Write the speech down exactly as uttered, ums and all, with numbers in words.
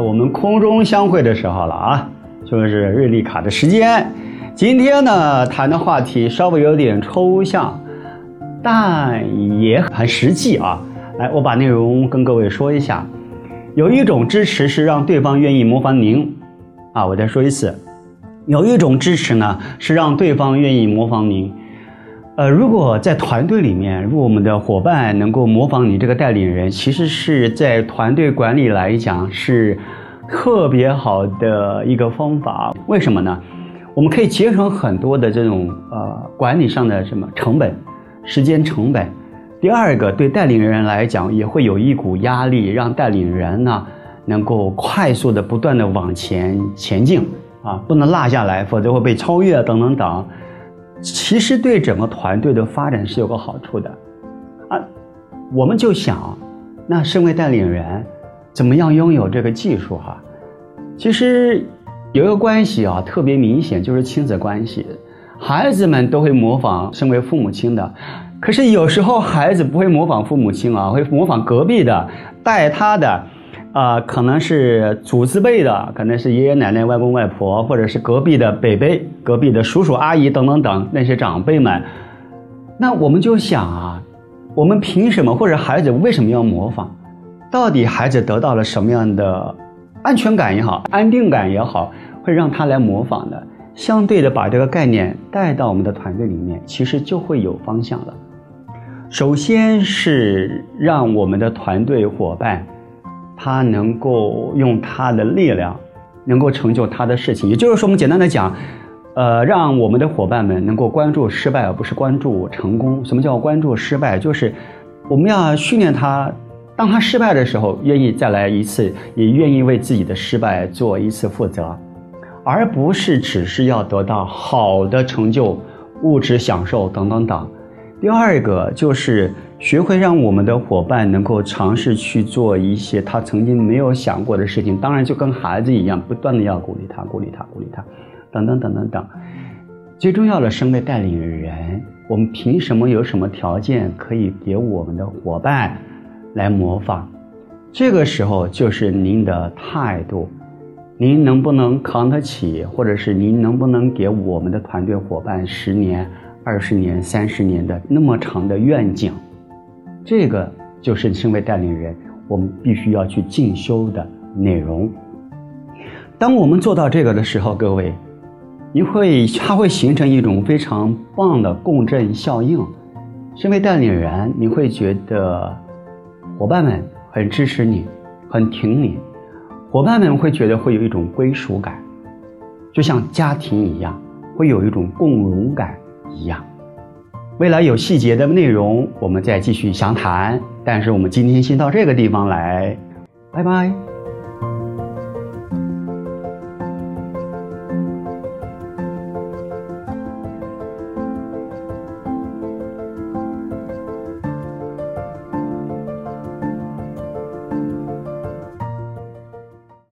我们空中相会的时候了啊，就是瑞丽卡的时间。今天呢，谈的话题稍微有点抽象，但也很实际啊。来，我把内容跟各位说一下。有一种支持是让对方愿意模仿您啊，我再说一次，有一种支持呢是让对方愿意模仿您。呃，如果在团队里面，如果我们的伙伴能够模仿你这个带领人，其实是在团队管理来讲是特别好的一个方法。为什么呢？我们可以节省很多的这种呃管理上的什么成本，时间成本。第二个，对带领人来讲也会有一股压力，让带领人呢能够快速的不断的往前前进啊，不能落下来，否则会被超越等等等。其实对整个团队的发展是有个好处的啊。我们就想，那身为带领人，怎么样拥有这个技术哈？其实有一个关系啊，特别明显，就是亲子关系。孩子们都会模仿身为父母亲的，可是有时候孩子不会模仿父母亲啊，会模仿隔壁的、带他的，啊、呃，可能是祖字辈的，可能是爷爷奶奶、外公外婆，或者是隔壁的北北、隔壁的叔叔阿姨等等等那些长辈们。那我们就想啊，我们凭什么，或者孩子为什么要模仿？到底孩子得到了什么样的安全感也好，安定感也好，会让他来模仿的？相对的把这个概念带到我们的团队里面，其实就会有方向了。首先是让我们的团队伙伴他能够用他的力量能够成就他的事情，也就是说我们简单的讲呃，让我们的伙伴们能够关注失败而不是关注成功。什么叫关注失败？就是我们要训练他，当他失败的时候愿意再来一次，也愿意为自己的失败做一次负责，而不是只是要得到好的成就、物质享受等等等。第二个就是学会让我们的伙伴能够尝试去做一些他曾经没有想过的事情，当然就跟孩子一样，不断的要鼓励他、鼓励他、鼓励他，等等等等等。最重要的，身为带领人，我们凭什么有什么条件可以给我们的伙伴来模仿？这个时候就是您的态度。您能不能扛得起，或者是您能不能给我们的团队伙伴十年、二十年、三十年的那么长的愿景？这个就是身为带领人我们必须要去进修的内容。当我们做到这个的时候，各位，你会它会形成一种非常棒的共振效应。身为带领人，你会觉得伙伴们很支持你，很挺你。伙伴们会觉得会有一种归属感，就像家庭一样，会有一种共荣感一样。未来有细节的内容我们再继续详谈，但是我们今天先到这个地方来，拜拜。